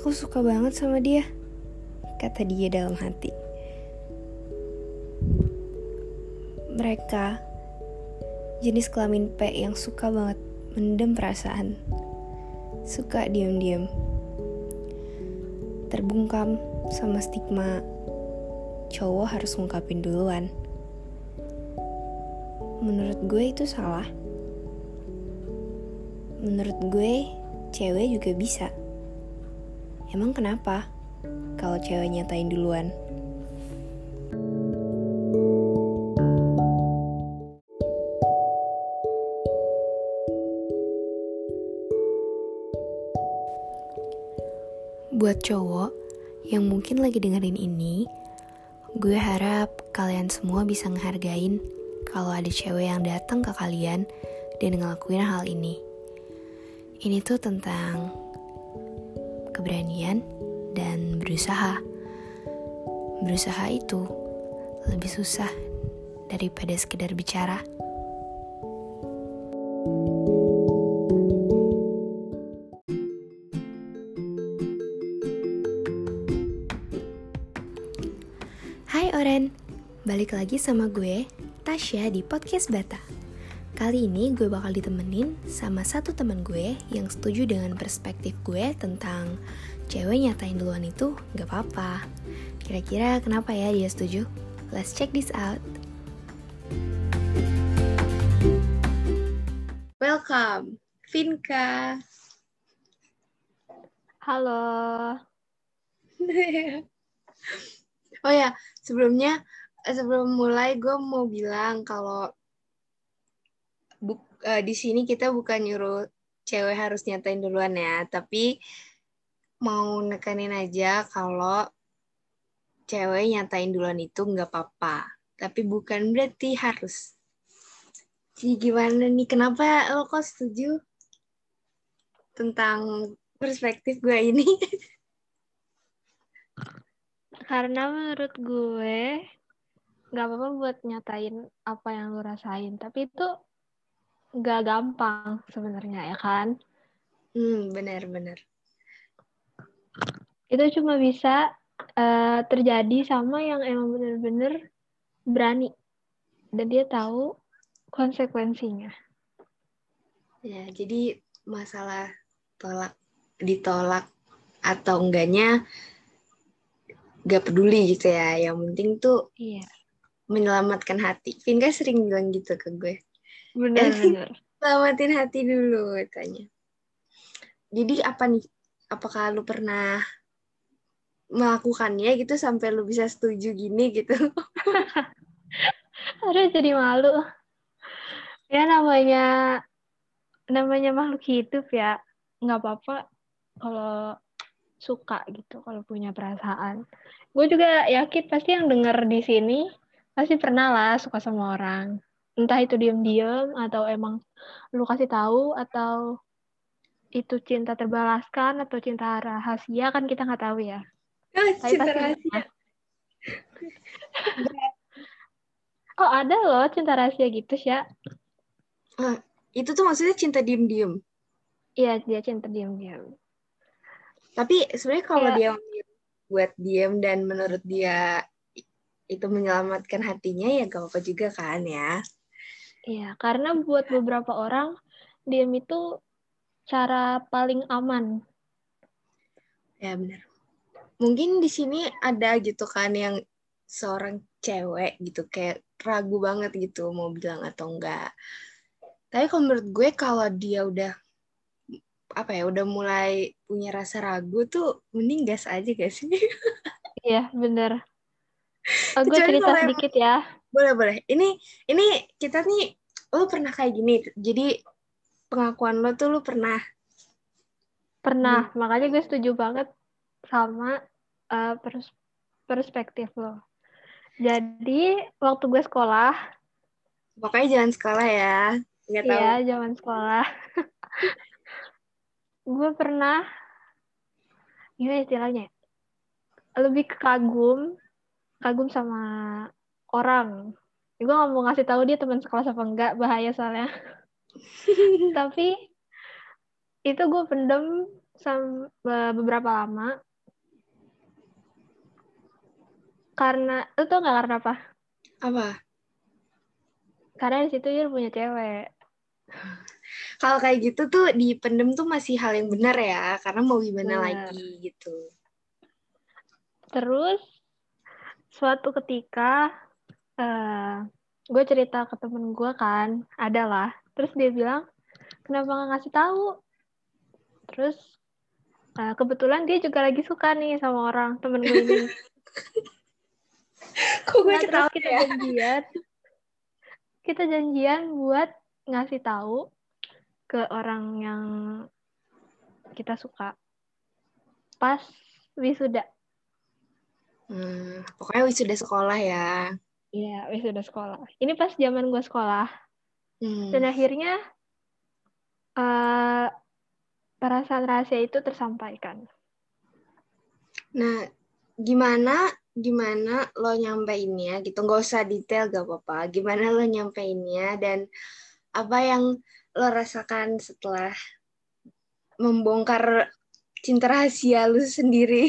Aku suka banget sama dia, kata dia dalam hati. Mereka jenis kelamin P yang suka banget mendem perasaan. Suka diam-diam. Terbungkam sama stigma cowok harus ngungkapin duluan. Menurut gue itu salah. Menurut gue, cewek juga bisa. Emang kenapa kalau cewek nyatain duluan? Buat cowok yang mungkin lagi dengerin ini, gue harap kalian semua bisa ngehargain kalau ada cewek yang datang ke kalian dan ngelakuin hal ini. Ini tuh tentang keberanian dan berusaha. Berusaha itu lebih susah daripada sekedar bicara. Hai Oren, balik lagi sama gue, Tasya di Podcast Bata. Kali ini gue bakal ditemenin sama satu teman gue yang setuju dengan perspektif gue tentang cewek nyatain duluan itu gak apa-apa. Kira-kira kenapa ya dia setuju? Let's check this out. Welcome, Vinka. Halo. Oh ya, sebelum mulai gue mau bilang kalau di sini kita bukan nyuruh cewek harus nyatain duluan ya, tapi mau nekanin aja kalau cewek nyatain duluan itu nggak apa-apa, tapi bukan berarti harus. Jadi gimana nih, kenapa lo kok setuju tentang perspektif gue ini? Karena menurut gue gak apa-apa buat nyatain apa yang lu rasain, tapi itu gak gampang sebenarnya ya kan. Benar-benar. Itu cuma bisa terjadi sama yang emang bener-bener berani dan dia tahu konsekuensinya. Ya, jadi masalah ditolak atau enggaknya gak peduli gitu ya. Yang penting tuh Iya. menyelamatkan hati. Vinka sering bilang gitu ke gue. Bener-bener. Selamatin hati dulu, katanya. Jadi apa nih? Apakah lu pernah melakukannya gitu sampai lu bisa setuju gini gitu? Aduh jadi malu. Ya namanya makhluk hidup ya. Gak apa-apa kalau suka gitu, kalau punya perasaan. Gue juga yakin pasti yang denger di sini pasti pernah lah suka sama orang. Entah itu diem-diem atau emang lu kasih tahu atau itu cinta terbalaskan atau cinta rahasia kan kita nggak tahu ya. Tapi Cinta pasti rahasia. pernah. Oh ada loh cinta rahasia gitu ya. Itu tuh maksudnya cinta diem-diem. Iya dia cinta diem-diem. Tapi sebenarnya kalau Ya, dia buat diem dan menurut dia itu menyelamatkan hatinya ya gak apa-apa juga kan ya. iya karena buat beberapa orang diem itu cara paling aman. Ya benar. Mungkin di sini ada gitu kan yang seorang cewek gitu kayak ragu banget gitu mau bilang atau enggak. Tapi kalau menurut gue kalau dia udah mulai punya rasa ragu tuh mending gas aja gak sih? Iya bener. Gue Kecuali cerita kalau sedikit ya. boleh. Ini kita nih, lo pernah kayak gini. Jadi pengakuan lo tuh lo pernah. Pernah, makanya gue setuju banget sama perspektif lo. Jadi, waktu gue sekolah, Pokoknya jangan sekolah ya. Nggak tahu. ya zaman sekolah, gue pernah, gimana istilahnya, lebih ke kagum sama orang. Gue gak mau ngasih tahu dia teman sekelas apa enggak, bahaya soalnya. Tapi, itu gue pendem beberapa lama. Karena, lu tau nggak karena apa? Apa? Karena di situ dia punya cewek. Kalau kayak gitu tuh dipendem tuh masih hal yang benar ya, karena mau gimana Bener. lagi gitu. Terus, suatu ketika, gue cerita ke temen gue kan, adalah. Terus dia bilang, kenapa nggak ngasih tahu? Terus, kebetulan dia juga lagi suka nih sama orang, temen gue ini. Kok gue Nah, terus ketawa ya? kita janjian buat ngasih tahu ke orang yang kita suka pas wisuda. Pokoknya wisuda sekolah ya. Iya, wisuda sekolah. Ini pas zaman gue sekolah. Dan Hmm. akhirnya uh, perasaan rahasia itu tersampaikan. Nah, gimana lo nyampeinnya gitu, nggak usah detail gak apa-apa, gimana lo nyampeinnya dan apa yang lo rasakan setelah membongkar cinta rahasia lo sendiri.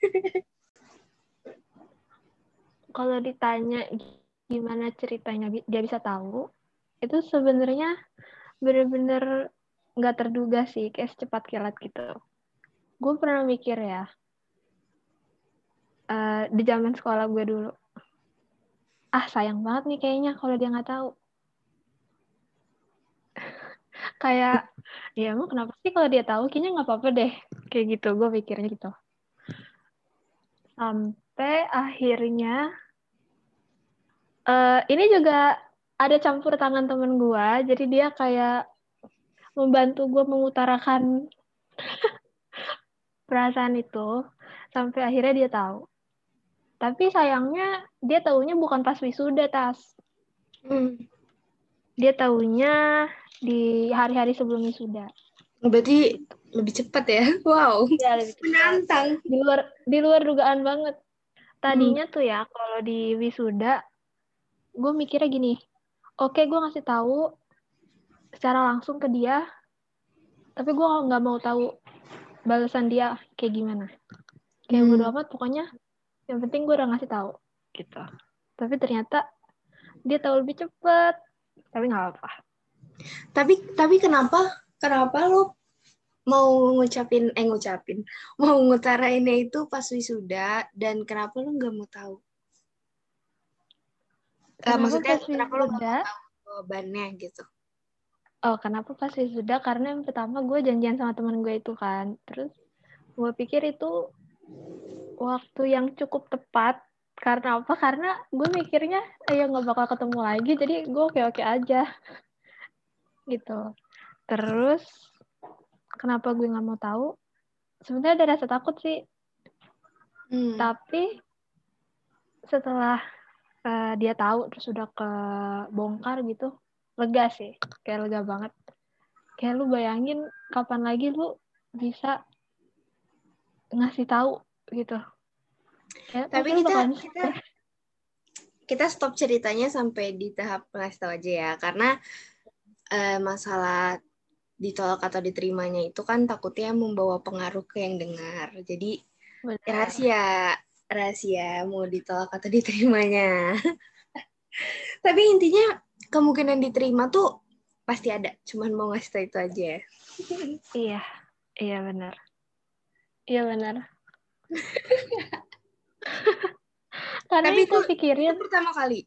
Kalau ditanya gimana ceritanya dia bisa tahu, itu sebenarnya bener-bener nggak terduga sih, kayak secepat kilat gitu. Gue pernah mikir ya, di zaman sekolah gue dulu, sayang banget nih kayaknya kalau dia nggak tahu. Kayak, ya emang kenapa sih kalau dia tahu, kayaknya nggak apa-apa deh. Kayak gitu, gue pikirnya gitu. Sampai akhirnya, ini juga ada campur tangan temen gue, jadi dia kayak membantu gue mengutarakan perasaan itu, sampai akhirnya dia tahu. Tapi sayangnya, dia tahunya bukan pas wisuda, Tas. Dia tahunya di hari-hari sebelum wisuda. Berarti lebih cepat ya. Wow, Ya, lebih cepat. menantang. Di luar dugaan banget. Tadinya tuh ya, kalau di wisuda, gue mikirnya gini, oke, gue ngasih tahu secara langsung ke dia, tapi gue nggak mau tahu balasan dia kayak gimana. Kayak bodo amat, pokoknya yang penting gue udah ngasih tahu gitu. Tapi ternyata dia tahu lebih cepet, tapi nggak apa-apa. Tapi kenapa lo mau mau ngutarainnya itu pas wisuda, dan kenapa lo nggak mau tahu? Kenapa Maksudnya pas kenapa lo nggak mau wisuda? tahu jawabannya gitu? Oh, kenapa pas wisuda? Karena yang pertama gue janjian sama teman gue itu kan. Terus gue pikir itu waktu yang cukup tepat. Karena apa? Karena gue mikirnya, ayo nggak bakal ketemu lagi, jadi gue oke-oke aja. Gitu. Terus, kenapa gue nggak mau tahu? Sebenarnya ada rasa takut sih. Tapi, setelah dia tahu, terus udah kebongkar gitu, lega sih. Kayak lega banget. Kayak lu bayangin, kapan lagi lu bisa ngasih tahu gitu. Kayak Tapi pasti lu kita bakal kita kita stop ceritanya sampai di tahap ngasih tahu aja ya, karena masalah ditolak atau diterimanya itu kan takutnya membawa pengaruh ke yang dengar. Jadi benar. rahasia mau ditolak atau diterimanya. Tapi intinya kemungkinan diterima tuh pasti ada. Cuman mau ngasih tahu itu aja. Iya, iya benar. Iya benar. Karena Tapi yang itu gue pikirin, pertama kali.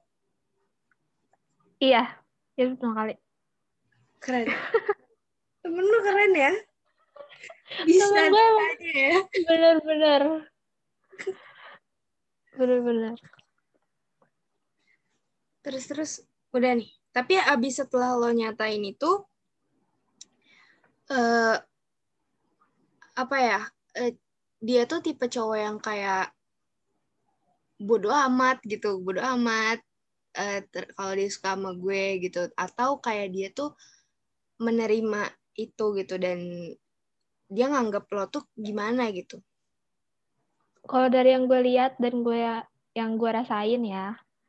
iya, itu pertama kali. Keren. Temen lu keren ya. Bisa Temen gue emang aja ya. benar-benar, benar-benar. Terus udah nih. Tapi abis setelah lo nyatain itu, eh, apa ya? Dia tuh tipe cowok yang kayak bodo amat gitu, bodo amat. Kalau dia suka sama gue gitu, atau kayak dia tuh menerima itu gitu, dan dia nganggap lo tuh gimana gitu. Kalau dari yang gue lihat dan yang gue rasain ya,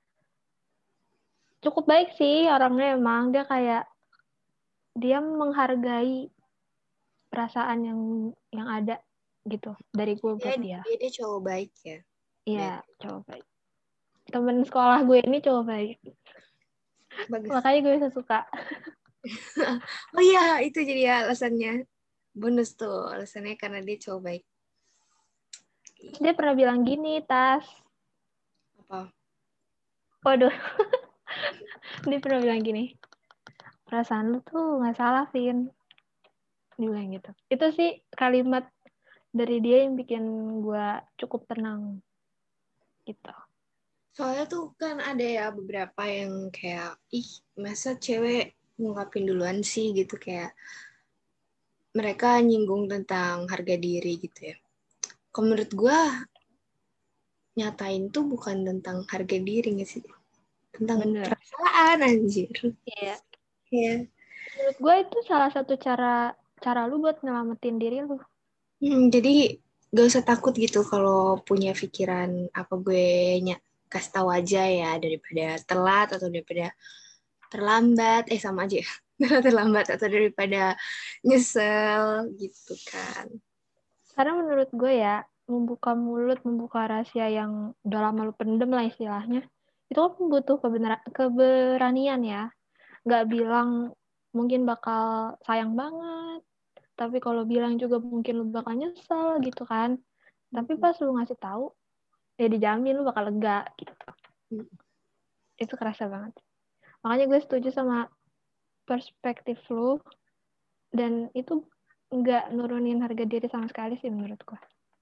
cukup baik sih orangnya emang. Dia kayak, dia menghargai perasaan yang ada gitu dari gue buat dia. Dia cowok baik ya. Iya, cowok baik. Temen sekolah gue ini cowok baik. Bagus. Makanya gue bisa suka. Oh iya, itu jadi alasannya. Bonus tuh alasannya karena dia cowok baik. Dia pernah bilang gini, Tas. Apa? Waduh. Dia pernah bilang gini. Perasaan lu tuh gak salah, Vin. Dia bilang gitu. Itu sih kalimat dari dia yang bikin gue cukup tenang. Gitu. Soalnya tuh kan ada ya beberapa yang kayak, ih masa cewek ngungkapin duluan sih gitu, kayak mereka nyinggung tentang harga diri gitu ya. Kalau menurut gue, nyatain tuh bukan tentang harga diri gak sih? Tentang perasaan, anjir. Iya. Iya. Menurut gue itu salah satu cara lu buat nyelamatin diri lu. Jadi gak usah takut gitu kalau punya pikiran apa gue kasih tahu aja ya, daripada telat atau daripada terlambat, sama aja ya. Terlambat atau daripada nyesel gitu kan. Karena menurut gue ya, membuka mulut, membuka rahasia yang udah lama lu pendem lah istilahnya, itu kan butuh keberanian ya. Nggak bilang mungkin bakal sayang banget, tapi kalau bilang juga mungkin lu bakal nyesel gitu kan. Tapi pas lu ngasih tahu, ya dijamin lu bakal lega gitu. Itu kerasa banget. Makanya gue setuju sama perspektif lu, dan itu nggak nurunin harga diri sama sekali sih menurut gue.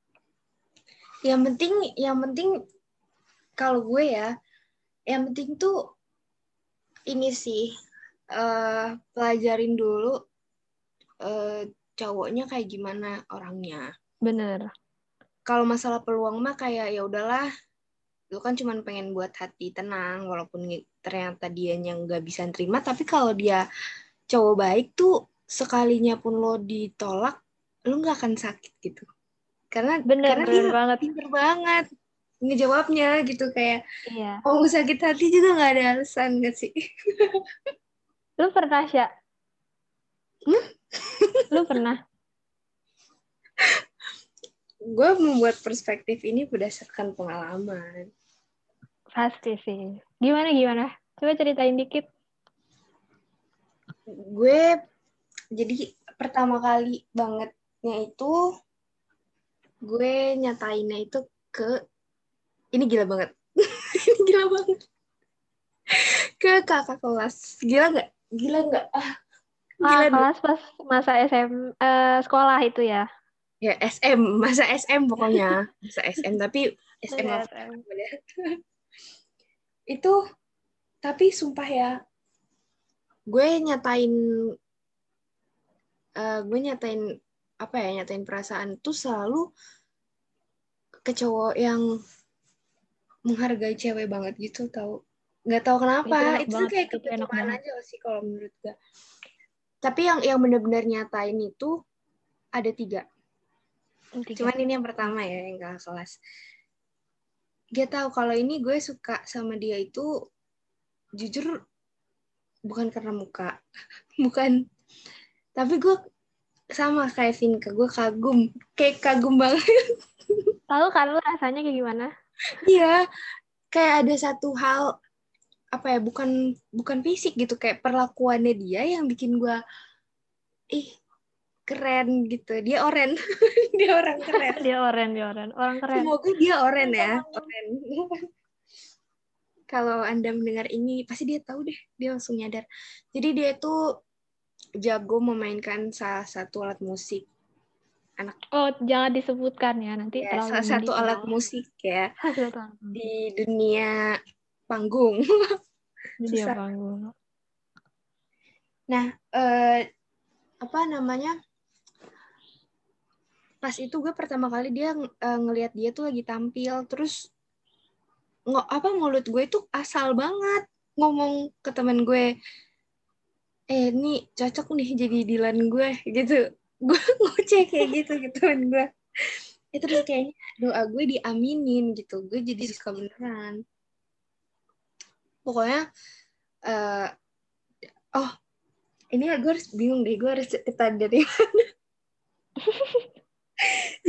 Yang penting kalau gue ya, yang penting tuh ini sih, pelajarin dulu cowoknya kayak gimana orangnya. Bener. Kalau masalah peluang mah kayak ya udahlah, lu kan cuma pengen buat hati tenang walaupun ternyata dianya nggak bisa terima. Tapi kalau dia cowok baik tuh, sekalinya pun lo ditolak, lo nggak akan sakit gitu, karena Bener dia banget. pinter banget ngejawabnya gitu, kayak Iya. mau sakit hati juga nggak ada alasan, nggak sih? Lu pernah, Sya? Lu pernah? Gue membuat perspektif ini berdasarkan pengalaman. Pasti sih. Gimana? Coba ceritain dikit. Gue jadi pertama kali bangetnya itu, gue nyatainnya itu ke, ini gila banget. Ini gila banget. Ke kakak kelas. Gila nggak? Gila. Gila dong. Kelas pas masa sekolah itu ya? Ya masa SM pokoknya. Masa SM, tapi SMA. SM. Itu, tapi sumpah ya, gue nyatain nyatain perasaan tuh selalu ke cowok yang menghargai cewek banget gitu, tau. Nggak tahu kenapa, itu tuh kayak Itu enak kebetulan banget. aja sih kalau menurut gue. Tapi yang benar-benar nyatain itu ada 3. Cuman ini yang pertama ya, yang kakak kelas. Dia tahu kalau ini gue suka sama dia itu jujur bukan karena muka. Bukan. Tapi gue sama kayak Vinka, gue kagum banget. Tahu kan lu rasanya kayak gimana? Iya, kayak ada satu hal, apa ya, bukan fisik gitu, kayak perlakuannya dia yang bikin gue keren gitu. Dia oren. Dia orang keren. Dia oren. Orang keren. Semoga dia oren ya. Oren. Kalau Anda mendengar ini, pasti dia tahu deh. Dia langsung nyadar. Jadi dia tuh jago memainkan salah satu alat musik. Jangan disebutkan ya, nanti Ya, terlalu salah satu alat musik ya. Di dunia panggung. Dia Susah. panggung. Nah, apa namanya? Pas itu gue pertama kali ngelihat dia tuh lagi tampil, terus mulut gue tuh asal banget ngomong ke temen gue, ini cocok nih jadi Dilan gue gitu. Gue ngoceh kayak gitu temen gue. Terus kayaknya doa gue diaminin gitu, gue jadi suka beneran. Pokoknya ini gue harus bingung deh, gue harus cerita dari mana.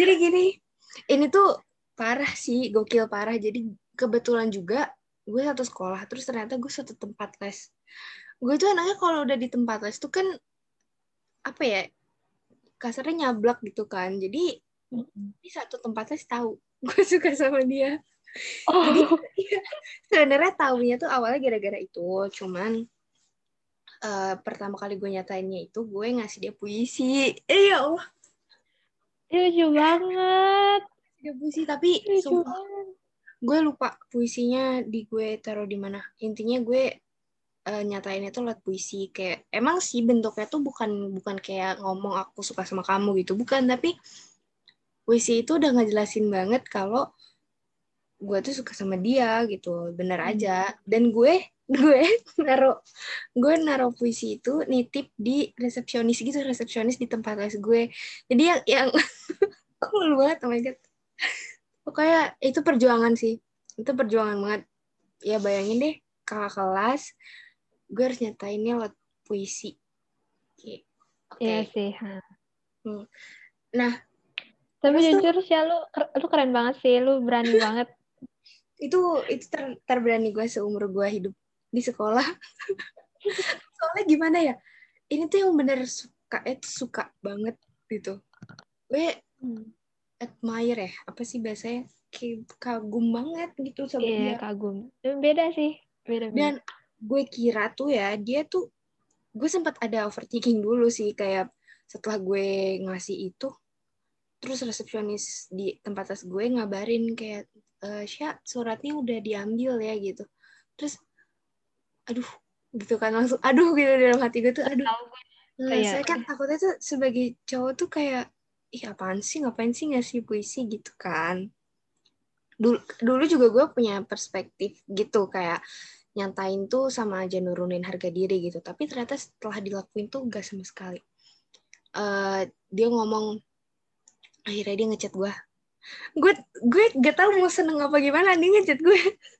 Jadi gini, ini tuh parah sih, gokil parah. Jadi kebetulan juga gue satu sekolah, terus ternyata gue satu tempat les. Gue tuh anaknya kalau udah di tempat les tuh kan apa ya, kasarnya nyablak gitu kan. Jadi di satu tempat les tahu gue suka sama dia. Jadi Oh, sebenarnya tahunya tuh awalnya gara-gara itu, cuman pertama kali gue nyatainnya itu gue ngasih dia puisi. Ya Allah, lucu banget. dia puisi tapi Lucu sumpah banget. gue lupa puisinya di gue taruh di mana. Intinya gue nyatainnya tuh lewat puisi, kayak emang sih bentuknya tuh bukan bukan kayak ngomong aku suka sama kamu gitu, bukan, tapi puisi itu udah ngejelasin banget kalau gue tuh suka sama dia gitu, bener aja. Dan gue naruh gue naruh puisi itu nitip di resepsionis di tempat les gue. Jadi yang aku malu banget, oh my god, pokoknya itu perjuangan sih, itu perjuangan banget ya. Bayangin deh, kakak kelas gue harus nyatainnya lewat puisi. Oke. Iya Okay. sih. Nah, Tapi terus tuh jujur sih lu keren banget sih, lu berani banget. itu terberani gue seumur gue hidup di sekolah. Soalnya gimana ya? Ini tuh yang bener suka banget gitu. Gue admire ya, apa sih bahasanya? Kayak kagum banget gitu sama Iya, dia. kagum. Beda sih, beda-beda. Dan gue kira tuh ya, dia tuh, gue sempat ada overthinking dulu sih, kayak setelah gue ngasih itu, terus resepsionis di tempat tes gue ngabarin kayak, Sya, suratnya udah diambil ya gitu. Terus, aduh, gitu kan, langsung, aduh gitu dalam hati gue tuh, aduh. Tahu gue. Iya. Saya kan takutnya tuh sebagai cowok tuh kayak, ih apaan sih, ngapain sih ngasih puisi gitu kan. Dulu juga gue punya perspektif gitu, kayak nyatain tuh sama aja nurunin harga diri gitu. Tapi ternyata setelah dilakuin tuh gak sama sekali. Dia ngomong, akhirnya dia ngechat gue. Gue gak tahu mau seneng apa gimana, dia ngechat gue.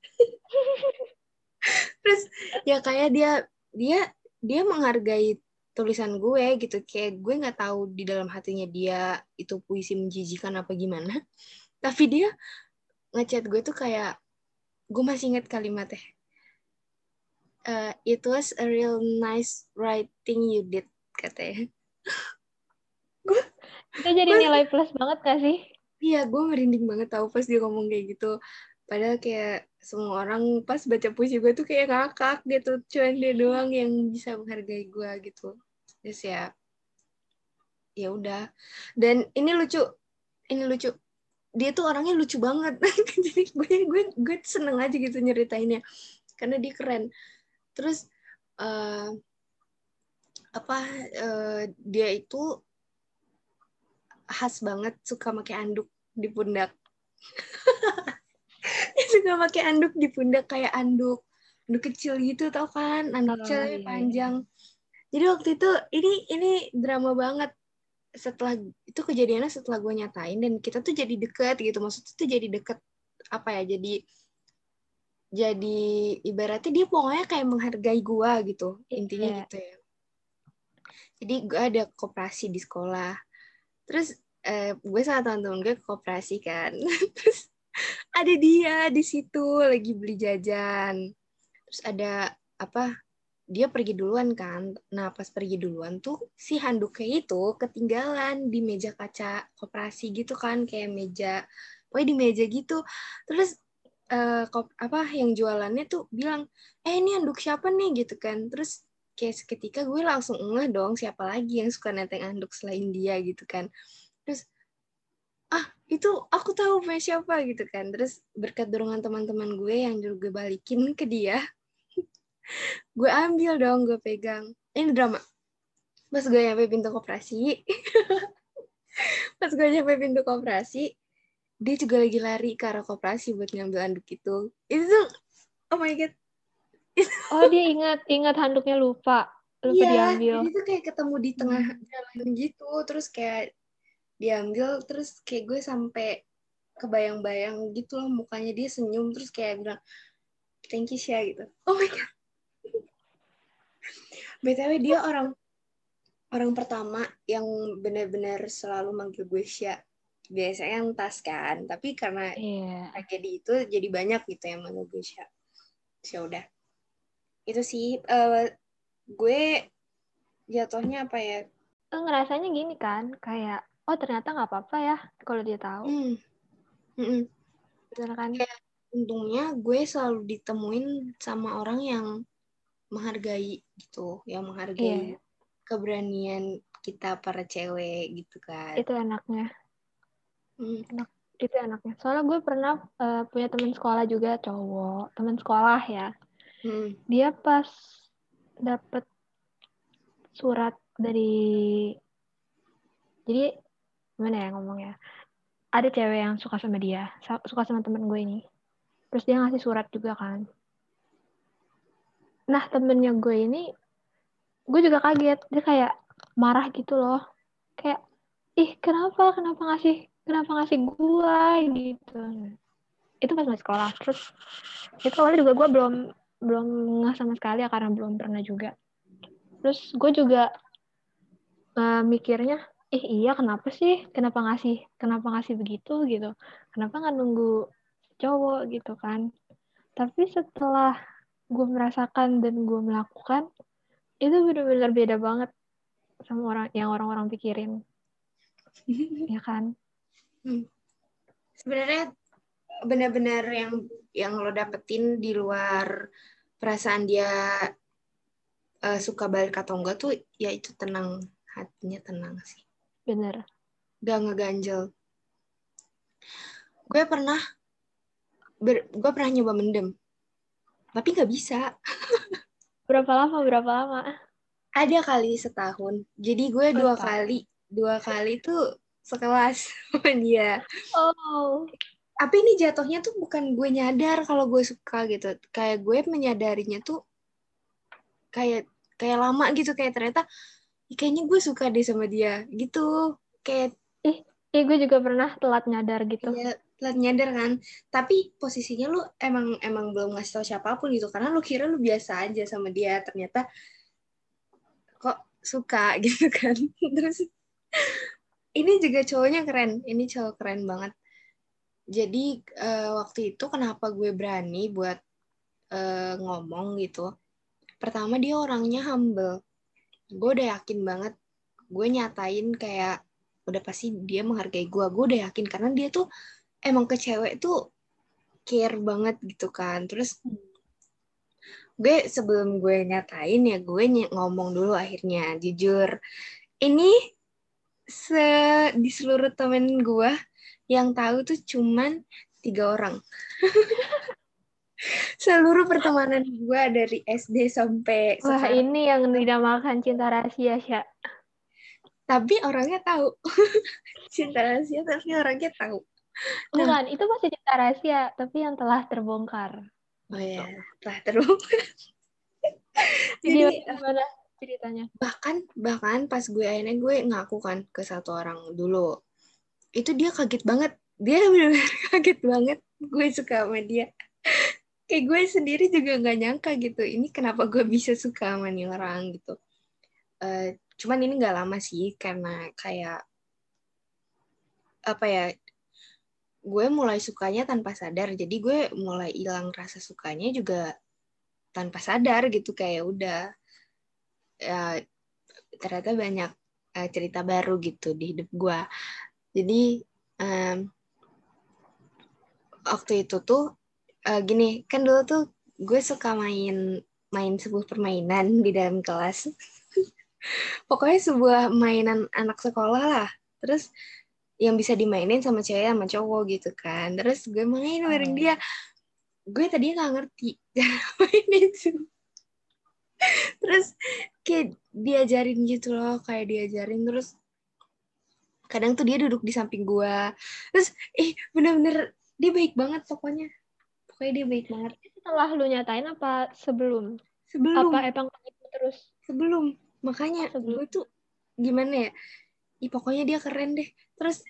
Terus ya kayak dia menghargai tulisan gue gitu, kayak gue nggak tahu di dalam hatinya dia itu puisi menjijikan apa gimana, tapi dia ngechat gue tuh kayak, gue masih inget kalimatnya, it was a real nice writing you did, katanya. Itu jadi gue nilai plus banget gak sih? Iya, gue merinding banget tahu pas dia ngomong kayak gitu. Padahal kayak semua orang pas baca puisi gue tuh kayak ngakak gitu. Cuman dia doang yang bisa menghargai gue gitu. Terus ya udah. Dan ini lucu. Dia tuh orangnya lucu banget. Jadi gue seneng aja gitu nyeritainnya karena dia keren. Terus dia itu khas banget suka pakai anduk di pundak. Dia suka pakai anduk di pundak, kayak anduk kecil gitu, tau kan, anduk kecil Oh, tapi iya, iya. panjang. Jadi waktu itu ini drama banget. Setelah itu kejadiannya setelah gue nyatain, dan kita tuh jadi deket gitu, maksudnya tuh jadi deket apa ya, jadi ibaratnya dia pokoknya kayak menghargai gue gitu, intinya Iya. gitu ya. Jadi gue ada koperasi di sekolah, terus gue sama teman-teman gue ke koperasi kan. Terus ada dia di situ lagi beli jajan. Terus ada apa? Dia pergi duluan kan. Nah, pas pergi duluan tuh si handuknya itu ketinggalan di meja kaca koperasi gitu kan, kayak meja, pokoknya di meja gitu. Terus yang jualannya tuh bilang, ini handuk siapa nih gitu kan. Terus kayak seketika gue langsung ngeh dong, siapa lagi yang suka neteng handuk selain dia gitu kan. Terus itu aku tahu punya siapa gitu kan. Terus berkat dorongan teman-teman gue yang juga balikin ke dia, gue ambil dong, gue pegang. Ini drama. Pas gue nyampe pintu koperasi, dia juga lagi lari ke arah koperasi buat ngambil handuk itu. Itu tuh, oh my god. Oh, dia ingat handuknya lupa Iya, diambil. jadi tuh kayak ketemu di tengah jalan gitu, terus kayak diambil, terus kayak gue sampai kebayang-bayang gitu loh mukanya dia, senyum terus kayak bilang thank you Sya gitu. Oh my god. BTW dia orang pertama yang benar-benar selalu manggil gue Sya. biasanya yang tas kan, tapi karena tragedi itu jadi banyak gitu yang menunggu ya udah itu sih. Gue jatuhnya apa ya, ngerasanya gini kan, kayak oh ternyata nggak apa-apa ya kalau dia tahu. Bener kan? Kayak untungnya gue selalu ditemuin sama orang yang menghargai gitu, yang menghargai keberanian kita para cewek gitu kan. Itu enaknya. Itu enaknya. Soalnya gue pernah punya teman sekolah juga, cowok, teman sekolah ya. Dia pas dapet surat dari, jadi gimana ya ngomongnya, ada cewek yang suka sama dia, suka sama temen gue ini, terus dia ngasih surat juga kan. Nah temennya gue ini, gue juga kaget, dia kayak marah gitu loh, kayak kenapa ngasih gue gitu. Itu pas masih sekolah. Terus itu awalnya juga gue belum ngeh sama sekali ya, karena belum pernah juga. Terus gue juga mikirnya, iya kenapa ngasih begitu gitu, kenapa nggak nunggu cowok gitu kan. Tapi setelah gue merasakan dan gue melakukan, itu benar-benar beda banget sama orang-orang pikirin. Ya kan? Sebenarnya benar-benar yang lo dapetin di luar perasaan dia suka balik atau enggak tuh, ya itu tenang, hatinya tenang sih. Bener. Gak ngeganjel. Gue pernah nyoba mendem, tapi nggak bisa. Berapa lama? Ada kali setahun. Jadi gue dua kali tuh sekelas sama dia. Oh. Tapi ini jatuhnya tuh bukan gue nyadar kalau gue suka gitu. Kayak gue menyadarinya tuh kayak lama gitu, kayak ternyata kayaknya gue suka deh sama dia gitu. Kayak gue juga pernah telat nyadar gitu. Iya, telat nyadar kan. Tapi posisinya lu emang belum ngasih tahu siapapun gitu, karena lu kira lu biasa aja sama dia, ternyata kok suka gitu kan. Terus ini juga cowoknya keren. Ini cowok keren banget. Jadi waktu itu kenapa gue berani buat ngomong gitu. Pertama dia orangnya humble. Gue udah yakin banget. Gue nyatain kayak udah pasti dia menghargai gue. Gue udah yakin karena dia tuh emang ke cewek tuh care banget gitu kan. Terus gue sebelum gue nyatain ya gue ngomong dulu akhirnya jujur. Ini di seluruh temen gue yang tahu tuh cuman 3 orang. Seluruh pertemanan gue dari SD sampai Wah, sekarang. ini yang dinamakan cinta rahasia, Sya. Tapi orangnya tahu. Cinta rahasia tapi orangnya tahu. Bukan, itu masih cinta rahasia, tapi yang telah terbongkar. Oh ya, telah terbongkar. Jadi gimana ceritanya? Bahkan pas akhirnya gue ngaku kan ke satu orang dulu. Itu dia kaget banget. Dia benar-benar kaget banget gue suka sama dia. Kayak gue sendiri juga nggak nyangka gitu. Ini kenapa gue bisa suka sama nih orang gitu. Cuman ini nggak lama sih, karena kayak apa ya, gue mulai sukanya tanpa sadar. Jadi gue mulai hilang rasa sukanya juga tanpa sadar gitu. Kayak udah ya, ternyata banyak cerita baru gitu di hidup gue. Jadi waktu itu tuh gini, kan dulu tuh gue suka main sebuah permainan di dalam kelas. Pokoknya sebuah mainan anak sekolah lah. Terus yang bisa dimainin sama cewek sama cowok gitu kan. Terus gue main bareng dia. Gue tadinya gak ngerti main itu. Terus kayak diajarin gitu loh, kayak diajarin. Terus kadang tuh dia duduk di samping gue. Terus bener-bener dia baik banget pokoknya. Pokoknya dia baik banget. Setelah lu nyatain apa sebelum? Sebelum. Apa emang terus? Sebelum. Makanya gue tuh gimana ya? Pokoknya dia keren deh. Terus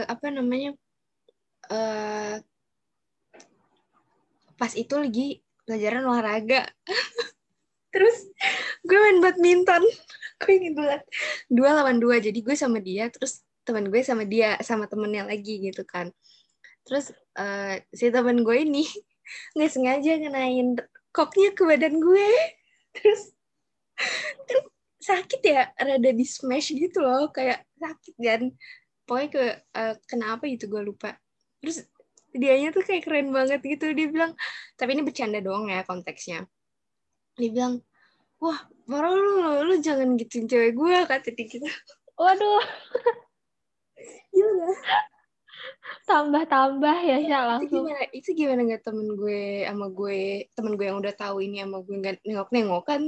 pas itu lagi pelajaran olahraga. Terus gue main badminton. Gue inget banget. 2 lawan 2. Jadi gue sama dia. Terus teman gue sama dia sama temennya lagi gitu kan. Terus si teman gue ini nggak sengaja ngenain koknya ke badan gue. Terus kan sakit ya, rada di smash gitu loh, kayak sakit kan. Pokoknya kenapa gitu gue lupa. Terus dianya tuh kayak keren banget gitu. Dia bilang, tapi ini bercanda doang ya konteksnya. Dia bilang, wah, marah lu jangan gituin cewek gue, kata dia gitu. Waduh, Gimana? tambah-tambah ya Sya Itu langsung. gimana? Itu gimana nggak temen gue yang udah tahu ini sama gue nggak nengok-nengok kan?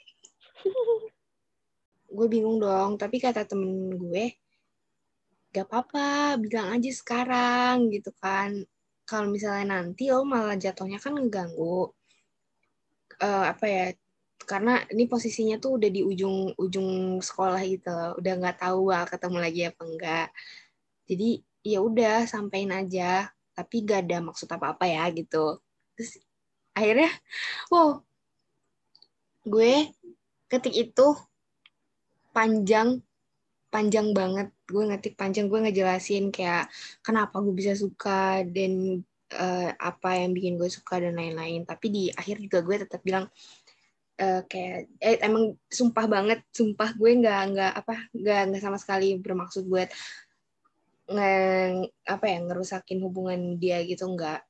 Gue bingung dong. Tapi kata temen gue, gak apa-apa, bilang aja sekarang gitu kan. Kalau misalnya nanti lo malah jatuhnya kan ngeganggu. Apa ya? Karena ini posisinya tuh udah di ujung sekolah gitu, udah nggak tahu ketemu lagi apa enggak. Jadi ya udah sampein aja, tapi gak ada maksud apa-apa ya gitu. Terus akhirnya, wow, gue ketik itu panjang panjang banget. Gue ngetik panjang, gue ngejelasin kayak kenapa gue bisa suka dan apa yang bikin gue suka dan lain-lain. Tapi di akhir juga gue tetap bilang kayak emang sumpah banget, sumpah gue nggak sama sekali bermaksud buat ngerusakin hubungan dia gitu, nggak.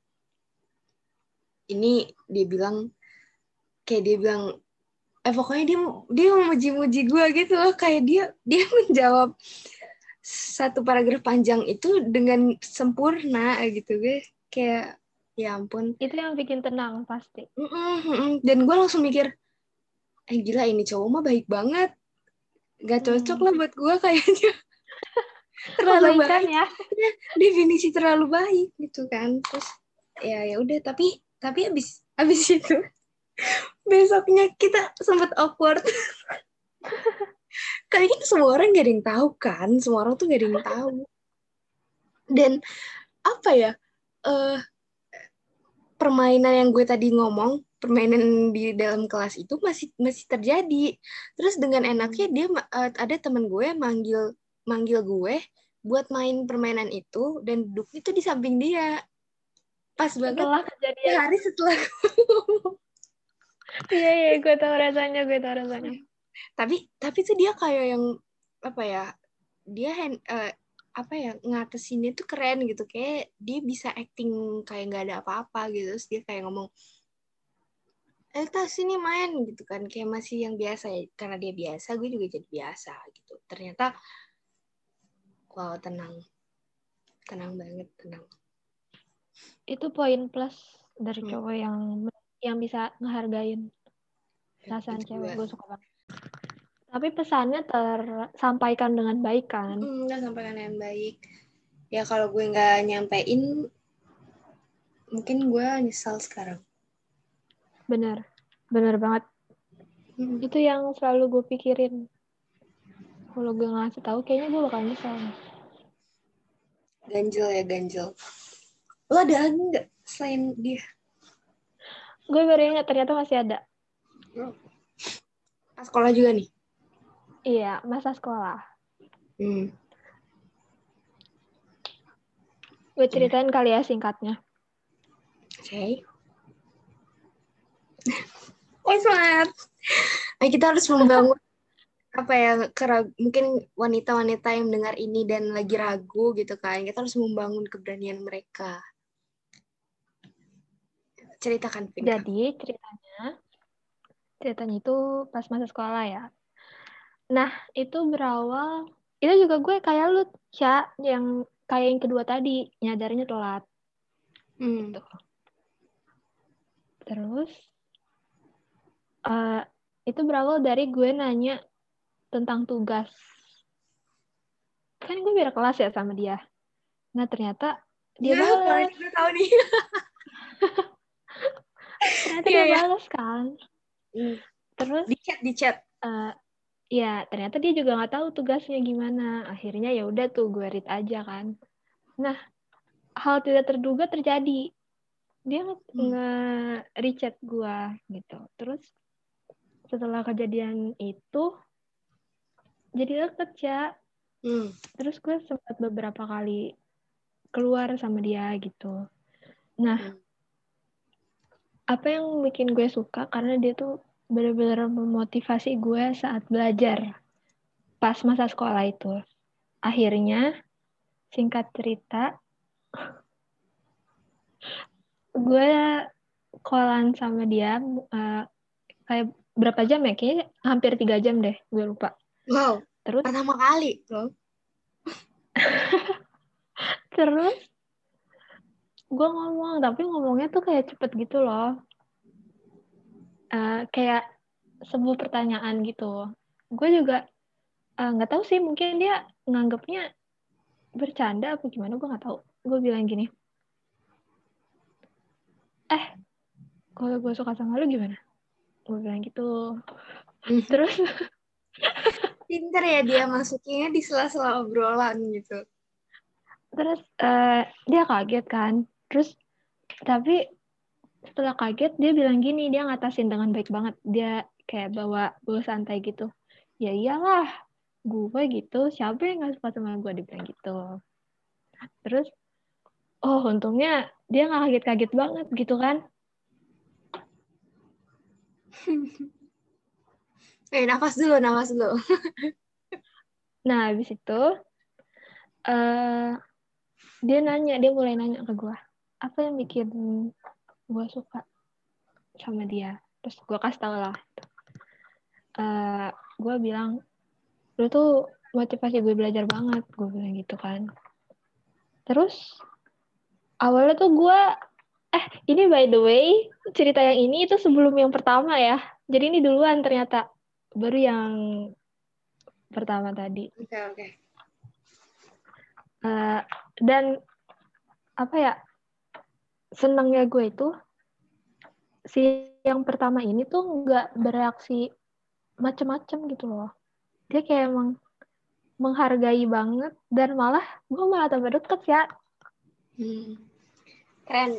Ini dia bilang pokoknya dia mau muji-muji gue gitu loh, kayak dia menjawab satu paragraf panjang itu dengan sempurna gitu. Gue kayak ya ampun. Itu yang bikin tenang pasti. Dan gue langsung mikir, gila ini cowok mah baik banget, gak cocok lah buat gue kayaknya. Terlalu Kebaikan baik ya. definisi terlalu baik gitu kan. Terus ya udah, tapi abis itu besoknya kita sempat awkward. Kayaknya semua orang gak ada yang tahu kan, semua orang tuh gak ada yang tahu. Dan apa ya, permainan yang gue tadi ngomong, permainan di dalam kelas itu masih terjadi. Terus dengan enaknya dia ada teman gue manggil gue buat main permainan itu, dan duduk itu di samping dia. Pas banget Setelah kejadian. sehari setelah. Iya, gue tahu rasanya. Tapi tuh dia kayak yang apa ya? Dia ngatesinnya tuh keren gitu, kayak dia bisa acting kayak nggak ada apa-apa gitu. Terus dia kayak ngomong, tas sini main gitu kan, kayak masih yang biasa ya, karena dia biasa gue juga jadi biasa gitu. Ternyata wow, tenang banget, tenang. Itu poin plus dari cowok yang bisa ngehargain perasaan cewek. Gue suka banget. Tapi pesannya tersampaikan dengan baik kan? Nggak sampaikan dengan baik. Ya kalau gue nggak nyampein, mungkin gue nyesal sekarang. Bener banget. Itu yang selalu gue pikirin. Kalau gue ngasih tahu, kayaknya gue bakal nyesal. Ganjel. Lo ada lagi nggak selain dia? Gue baru ingat ternyata masih ada. Pas sekolah juga nih? Iya, masa sekolah. Gue ceritain kali ya singkatnya. Oke. Semangat. Kita harus membangun mungkin wanita-wanita yang mendengar ini dan lagi ragu gitu kan, kita harus membangun keberanian mereka. Ceritakan, Pinka. Jadi ceritanya itu pas masa sekolah ya. Nah, itu berawal, itu juga gue kayak lu, Sya, yang kayak yang kedua tadi, nyadarnya telat. Gitu. Terus, itu berawal dari gue nanya tentang tugas. Kan gue beda kelas ya sama dia. Nah, ternyata dia balas. Gue tahu nih. Ternyata dia balas kan. Terus di chat. Ya, ternyata dia juga nggak tahu tugasnya gimana. Akhirnya ya udah tuh gue read aja kan. Nah, hal tidak terduga terjadi. Dia nge-rechat gue gitu. Terus setelah kejadian itu jadi deket ya. Terus gue sempat beberapa kali keluar sama dia gitu. Nah, apa yang bikin gue suka karena dia tuh benar-benar memotivasi gue saat belajar pas masa sekolah itu. Akhirnya, singkat cerita, gue callan sama dia kayak berapa jam ya? Kayaknya hampir 3 jam deh, gue lupa. Wow, Terus pertama kali loh. Terus gue ngomong, tapi ngomongnya tuh kayak cepet gitu loh. Kayak sebuah pertanyaan gitu. Gue juga nggak tahu sih, mungkin dia nganggapnya bercanda apa gimana, gue nggak tahu. Gue bilang gini, kalau gue suka sama lu gimana? Gue bilang gitu. Terus Pinter ya dia masukinnya di sela-sela obrolan gitu. terus dia kaget kan. Terus tapi setelah kaget dia bilang gini, dia ngatasin dengan baik banget. Dia kayak bawa santai gitu. Ya iyalah, gue gitu, siapa yang gak suka sama gue, dibilang gitu. Terus untungnya dia gak kaget-kaget banget gitu kan. Nafas dulu. Nah habis itu dia mulai nanya ke gue, apa yang bikin gue suka sama dia. Terus gue kasih tau lah, gue bilang, lu tuh motivasi gue belajar banget, gue bilang gitu kan. Terus awalnya tuh gue ini by the way, cerita yang ini itu sebelum yang pertama ya. Jadi ini duluan ternyata. Baru yang pertama tadi. Oke. Dan apa ya, senangnya gue itu si yang pertama ini tuh nggak bereaksi macem-macem gitu loh. Dia kayak emang menghargai banget, dan malah gue malah tambah deket ya. Keren.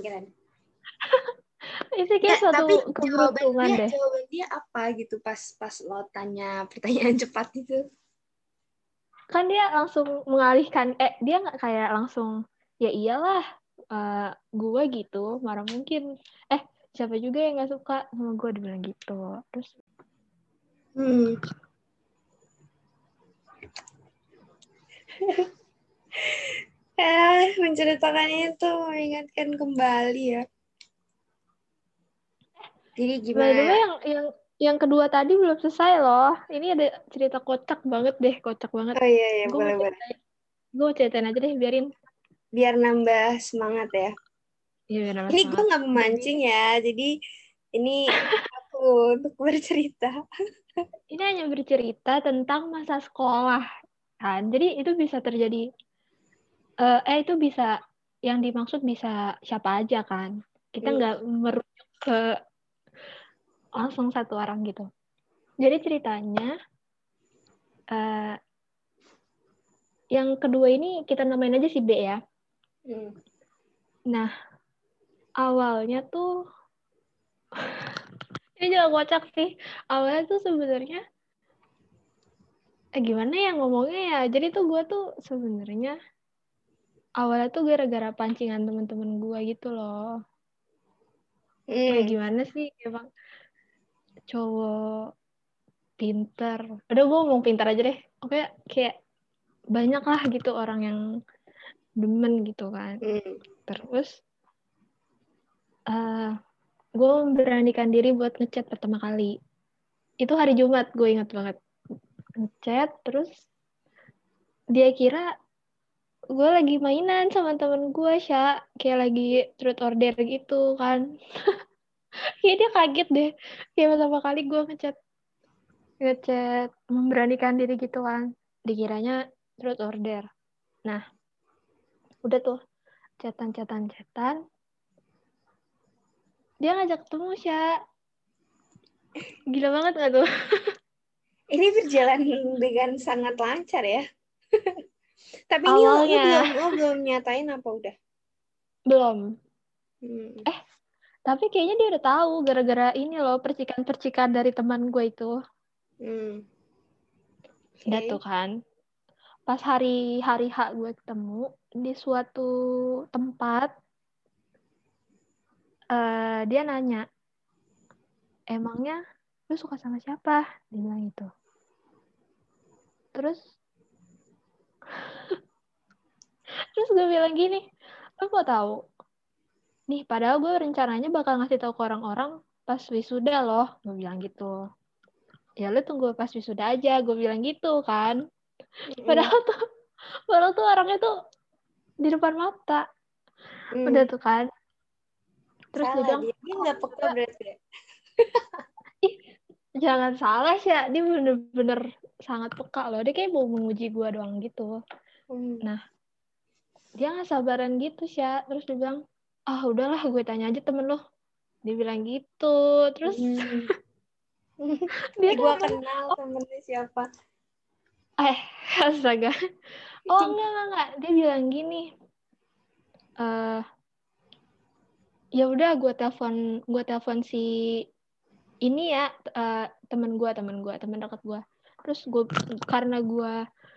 Itu kayak Tapi suatu keberuntungan deh. jawaban dia apa gitu pas lo tanya pertanyaan cepat itu? Kan dia langsung mengalihkan, dia nggak kayak langsung, ya iyalah, gue gitu, marah mungkin. Siapa juga yang nggak suka sama gue, dibilang gitu. Terus menceritakan itu mengingatkan kembali ya. Jadi gimana? by the way, yang kedua tadi belum selesai loh. Ini ada cerita kocak banget deh, kocak banget. Oh iya, boleh. Gue mau ceritain aja deh, biar nambah semangat ya. Iya, Ini gue nggak memancing ya, jadi ini aku untuk bercerita. Ini hanya bercerita tentang masa sekolah kan. Jadi itu bisa terjadi, itu bisa, yang dimaksud bisa siapa aja kan. Kita nggak merujuk ke langsung satu orang gitu. Jadi ceritanya yang kedua ini kita namain aja si B ya. Nah, awalnya tuh ini juga kocak sih. Awalnya tuh sebenarnya gimana ya ngomongnya ya. Jadi tuh gue tuh sebenarnya awalnya tuh gara-gara pancingan teman-teman gue gitu loh. Kayak gimana sih, emang cowok pinter. Udah gue ngomong pinter aja deh. Oke, kayak banyak lah gitu orang yang demen gitu kan. Terus gue memberanikan diri buat ngechat pertama kali. Itu hari Jumat, gue ingat banget. Ngechat, terus dia kira gue lagi mainan sama temen gue, Sya. Kayak lagi truth order gitu kan. Kayak dia kaget deh. Kayak pertama kali gue ngechat memberanikan diri gitu kan. Dikiranya truth order. Nah, udah tuh chatan. Dia ngajak ketemu, Sya. Gila banget gak tuh? Ini berjalan dengan sangat lancar ya. Tapi awalnya ini lo belum nyatain apa udah? Belum. Tapi kayaknya dia udah tahu gara-gara ini loh, percikan-percikan dari teman gue itu. Udah tuh kan. pas hari H gue ketemu di suatu tempat, dia nanya, emangnya lu suka sama siapa? Dia bilang gitu. Terus gue bilang gini, lu mau tahu? Nih, padahal gue rencananya bakal ngasih tahu ke orang-orang pas wisuda loh. Gue bilang gitu. Ya lu tunggu pas wisuda aja, gue bilang gitu kan. Padahal tuh orangnya tuh di depan mata. Udah tuh kan. Terus salah dia dia nggak peka berarti ya? ih, jangan salah sih ya, dia bener-bener sangat peka loh. Dia kayak mau menguji gue doang gitu. Nah, dia nggak sabaran gitu sih ya. Terus dia bilang, udahlah gue tanya aja temen lo. Dia bilang gitu. Terus dia gue kenal temennya siapa. Astaga. Enggak. Dia bilang gini, ya udah gue telepon si ini ya, temen dekat gue. Terus gue, karena gue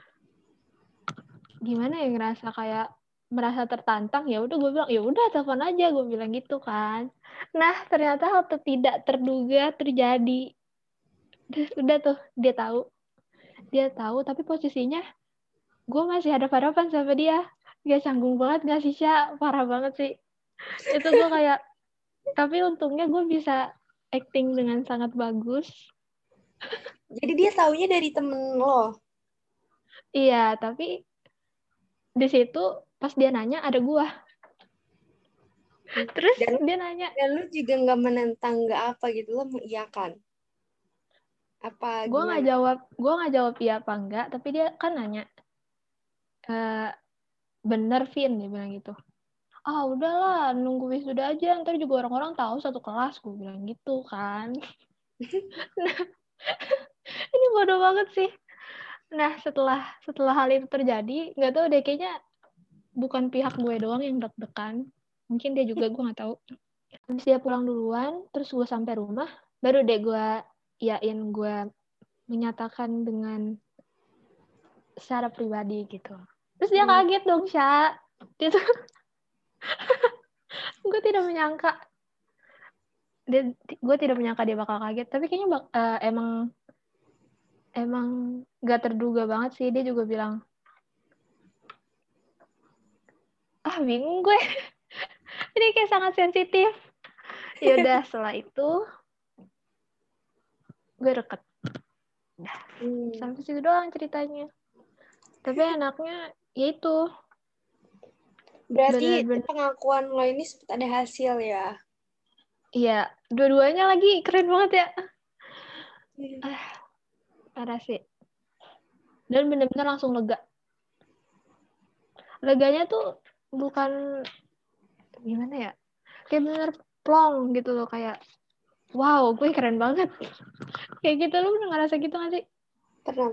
gimana ya, ngerasa kayak merasa tertantang, ya udah gue bilang ya udah telepon aja, gue bilang gitu kan. Nah, ternyata hal tidak terduga terjadi. Udah tuh dia tahu tapi posisinya gue masih hadap-hadapan sama dia. Gak canggung banget gak sih, Sya? Parah banget sih itu. Gue kayak, tapi untungnya gue bisa acting dengan sangat bagus. Jadi dia taunya dari temen lo? Iya, tapi di situ pas dia nanya ada gue. Terus dia nanya, dan lu juga nggak menentang, nggak apa gitu, lo mengiyakan apa gue nggak jawab iya apa enggak, tapi dia kan nanya, bener Vin, dia bilang gitu. Udahlah, nunggu wisuda aja, ntar juga orang-orang tahu satu kelas, gue bilang gitu kan. Nah, ini bodoh banget sih. Nah, setelah hal itu terjadi, nggak tahu deh, kayaknya bukan pihak gue doang yang deg-degan. Mungkin dia juga, gue nggak tahu. Habis dia pulang duluan, terus gue sampai rumah, baru deh gue gue menyatakan dengan secara pribadi gitu. Terus dia kaget dong, Sya. Dia tuh gue tidak menyangka dia bakal kaget. Tapi kayaknya emang gak terduga banget sih. Dia juga bilang, bingung gue. Ini kayak sangat sensitif. Ya udah, setelah itu gue deket. Sampai situ doang ceritanya. Tapi enaknya ya itu. Berarti bener-bener, pengakuan lo ini sempat ada hasil ya? iya, dua-duanya lagi keren banget ya. Parah sih. Dan bener-bener langsung lega. Leganya tuh bukan gimana ya, kayak bener plong gitu loh, kayak wow, gue keren banget. Kayak gitu. Lu pernah ngerasa gitu gak sih? Pernah.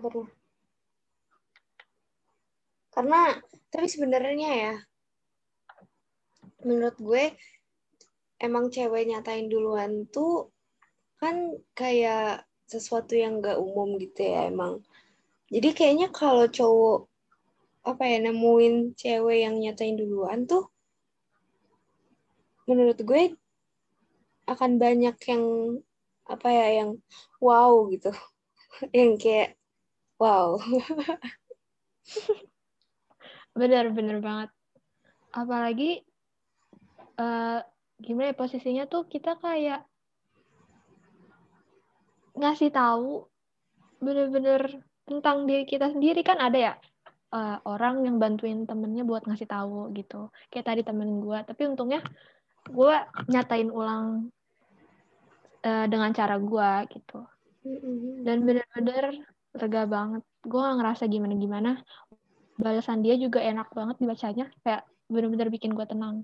Karena tapi sebenarnya ya, menurut gue emang cewek nyatain duluan tuh kan kayak sesuatu yang gak umum gitu ya emang. Jadi kayaknya kalau cowok nemuin cewek yang nyatain duluan tuh, menurut gue akan banyak yang yang wow gitu. Yang kayak wow. Bener banget. Apalagi gimana ya, posisinya tuh kita kayak ngasih tahu bener-bener tentang diri kita sendiri. Kan ada ya orang yang bantuin temennya buat ngasih tahu gitu, kayak tadi temen gue. Tapi untungnya gue nyatain ulang dengan cara gue gitu. Dan bener-bener lega banget. Gue gak ngerasa gimana-gimana. Balasan dia juga enak banget dibacanya, kayak bener-bener bikin gue tenang.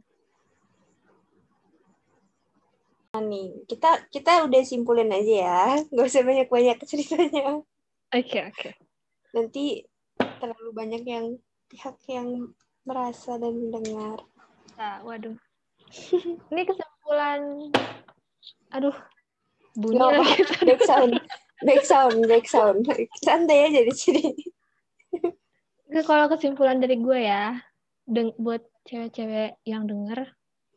Nih, kita udah simpulin aja ya, nggak usah banyak-banyak ceritanya. Oke. Nanti terlalu banyak yang pihak yang merasa dan mendengar. Waduh. Ini kesimpulan. Aduh, bunyi Gak lagi. Back sound. Santai aja di sini. Kalau kesimpulan dari gue ya, buat cewek-cewek yang denger,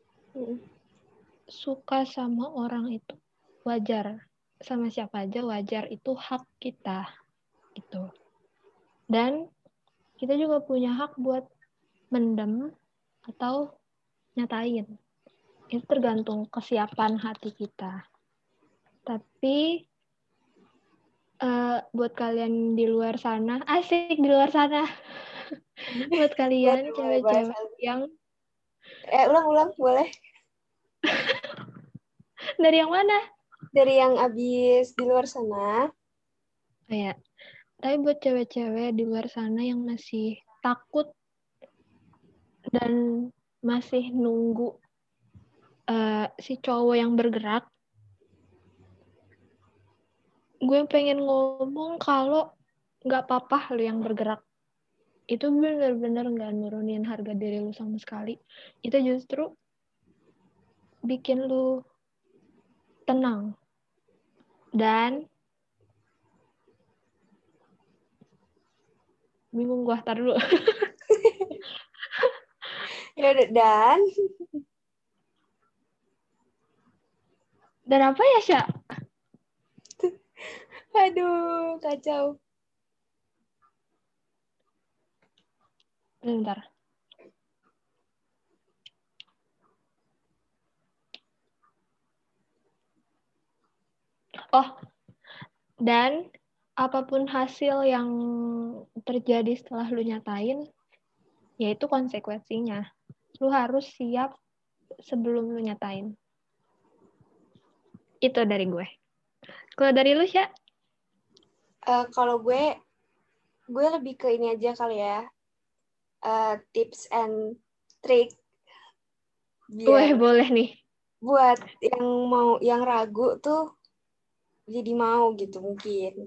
suka sama orang itu wajar. Sama siapa aja wajar, itu hak kita. Gitu. Dan kita juga punya hak buat mendem atau nyatain. Itu tergantung kesiapan hati kita. Tapi buat kalian di luar sana, asik di luar sana. Buat kalian cewek-cewek yang ulang boleh. dari yang mana? Dari yang abis di luar sana. Ya. Tapi buat cewek-cewek di luar sana yang masih takut dan masih nunggu si cowok yang bergerak, gue pengen ngomong kalau nggak apa-apa lu yang bergerak. Itu benar-benar nggak nurunin harga diri lu sama sekali. Itu justru bikin lu tenang. Dan bingung gue, tar dulu. Ya udah, Dan apa ya, Sya? Aduh, kacau. Bentar. Oh, dan apapun hasil yang terjadi setelah lu nyatain, yaitu konsekuensinya. Lu harus siap sebelum lu nyatain. Itu dari gue. Kalau dari lu, Sya? Kalau gue lebih ke ini aja kali ya. Tips and trick. Wah, boleh nih. Buat yang ragu tuh jadi mau gitu mungkin.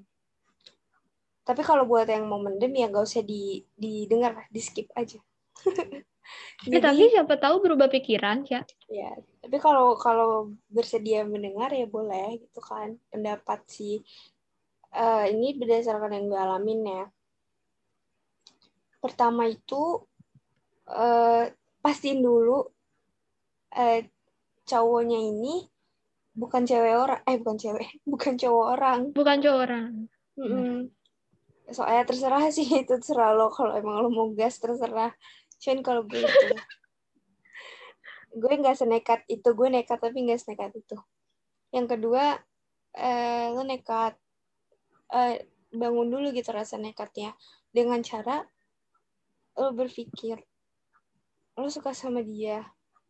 Tapi kalau buat yang mau mendem ya gak usah didengar, di skip aja. Jadi, tapi siapa tahu berubah pikiran ya. Ya, tapi kalau bersedia mendengar ya boleh gitu kan. Pendapat sih. Ini berdasarkan yang gue alamin ya. Pertama itu pastiin dulu cowoknya ini bukan bukan cowok orang. Bukan cowok orang. Soalnya terserah sih, itu terserah lo, kalau emang lo mau gas terserah. Cuman kalau gue itu gue nggak senekat itu, gue nekat tapi nggak senekat itu. Yang kedua, lo nekat bangun dulu gitu rasa nekatnya dengan cara lo berpikir lo suka sama dia,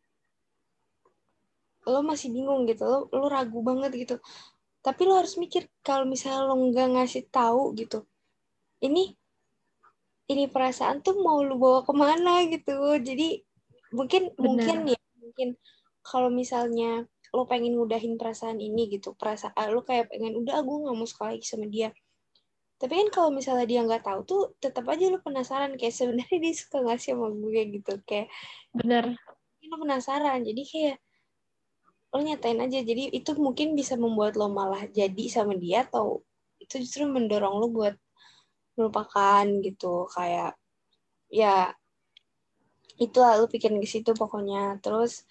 lo masih bingung gitu, lo ragu banget gitu, tapi lo harus mikir kalau misalnya lo nggak ngasih tahu gitu, ini perasaan tuh mau lo bawa kemana gitu. Jadi mungkin kalau misalnya lo pengen ngudahin perasaan ini gitu, perasaan lo kayak pengen udah gue nggak mau suka lagi sama dia, tapi kan kalau misalnya dia nggak tahu tuh tetap aja lo penasaran kayak sebenarnya dia suka nggak sih sama gue gitu, kayak bener, lo penasaran, jadi kayak lo nyatain aja. Jadi itu mungkin bisa membuat lo malah jadi sama dia, atau itu justru mendorong lo buat melupakan gitu. Kayak ya itulah, lo pikirin ke situ pokoknya. Terus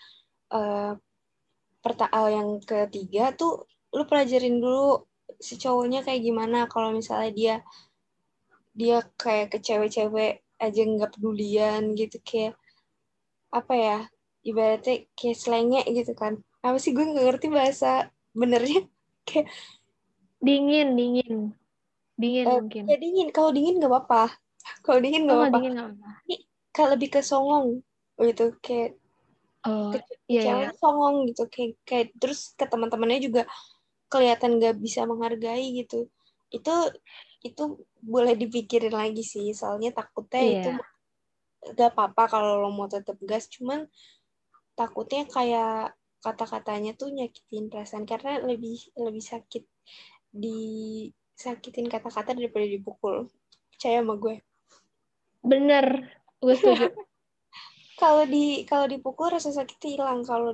yang ketiga tuh lo pelajarin dulu si cowoknya kayak gimana. Kalau misalnya dia kayak ke cewek-cewek aja nggak pedulian gitu, kayak apa ya, ibaratnya kayak selenge gitu kan. Apa sih, gue nggak ngerti bahasa benernya. Kayak dingin mungkin. ya dingin. Kalau dingin nggak apa-apa. Kalau dingin nggak apa-apa. Dingin nggak apa-apa. Ini kayak lebih ke songong gitu, kayak Iya. songong gitu, kayak terus ke teman-temannya juga kelihatan nggak bisa menghargai gitu. Itu boleh dipikirin lagi sih, soalnya takutnya itu nggak apa-apa kalau lo mau tetap gas, cuman takutnya kayak kata-katanya tuh nyakitin perasaan, karena lebih sakit disakitin kata-kata daripada dipukul. Percaya sama gue. Bener, gue setuju. Kalau dipukul rasa sakit hilang, kalau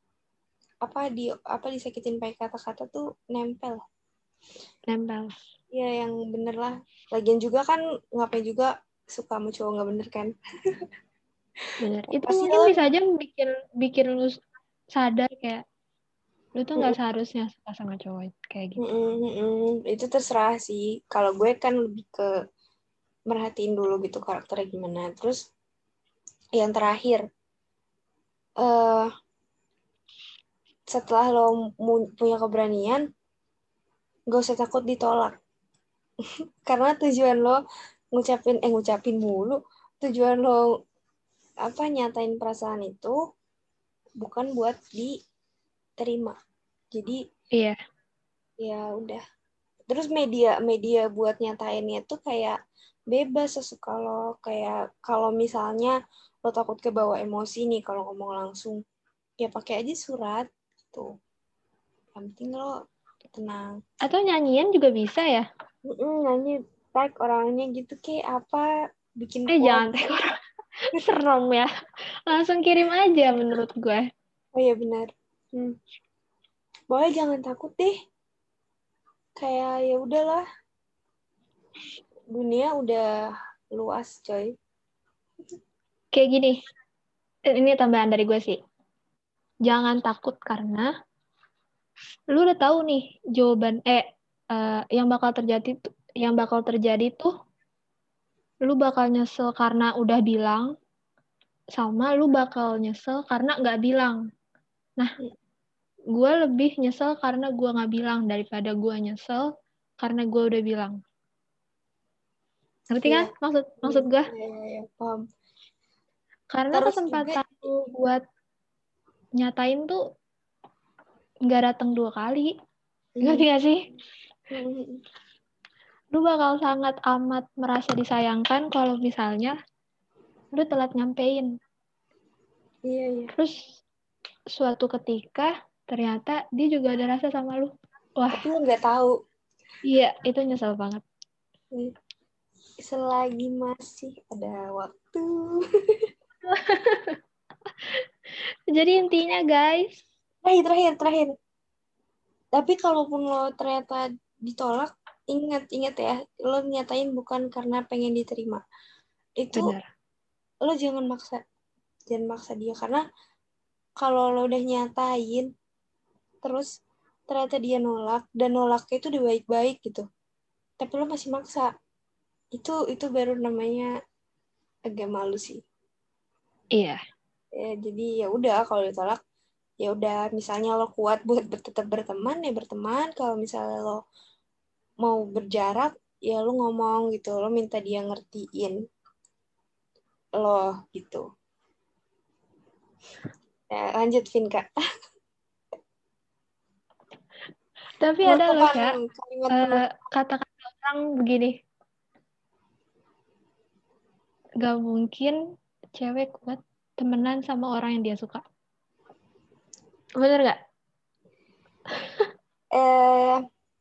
disakitin pakai kata-kata tuh nempel. Ya yang bener lah. Lagian juga kan ngapain juga suka sama cowok nggak bener kan? Bener. Itu Pasti mungkin lo. bisa aja bikin lu sadar kayak lu tuh nggak Mm-mm, seharusnya suka sama cowok kayak gitu. Itu terserah sih. Kalau gue kan lebih ke merhatiin dulu gitu karakternya gimana. Terus yang terakhir, eh setelah lo punya keberanian, gak usah takut ditolak. Karena tujuan lo ngucapin mulu, tujuan lo nyatain perasaan itu bukan buat diterima. Jadi Iya. ya udah. Terus media buat nyatainnya tuh kayak bebas sesuka lo. Kayak kalau misalnya lo takut kebawa emosi nih kalau ngomong langsung, ya pakai aja surat tuh. Yang penting lo tenang. Atau nyanyian juga bisa ya? Nyanyi tag orangnya gitu kayak apa, bikin Jangan quote. tag orang. Serem ya. Langsung kirim aja menurut gue. Oh iya benar. Boleh jangan takut deh. Kayak ya udahlah, dunia udah luas coy. Kayak gini. Ini tambahan dari gue sih. Jangan takut karena lu udah tahu nih jawaban yang bakal terjadi tuh lu bakal nyesel karena udah bilang sama lu bakal nyesel karena nggak bilang. Nah, gue lebih nyesel karena gue nggak bilang daripada gue nyesel karena gue udah bilang. Ngerti Iya. kan maksud gue? Ya, paham. Karena Terus juga kesempatan lu buat nyatain tuh nggak datang 2 kali. Ngerti gak sih? Lu bakal sangat amat merasa disayangkan kalau misalnya lu telat nyampein. iya. Terus suatu ketika ternyata dia juga ada rasa sama lu. Wah, Tapi lo nggak tahu. iya, itu nyesel banget. Selagi masih ada waktu. Jadi intinya guys, Terakhir. Tapi kalaupun lo ternyata ditolak, ingat ya, lo nyatain bukan karena pengen diterima. Itu benar. lo jangan maksa dia, karena kalau lo udah nyatain terus ternyata dia nolak dan nolaknya itu udah baik-baik gitu, tapi lo masih maksa, itu baru namanya agak malu sih. Iya. Ya, jadi ya udah kalau ditolak ya udah, misalnya lo kuat buat tetap berteman ya berteman, kalau misalnya lo mau berjarak ya lo ngomong gitu, lo minta dia ngertiin lo gitu. Ya, lanjut Vinka. Tapi ada loh, Penutupan, Kak, kalimat penutup. kata-kata orang begini, gak mungkin cewek kuat temenan sama orang yang dia suka. Bener gak? eh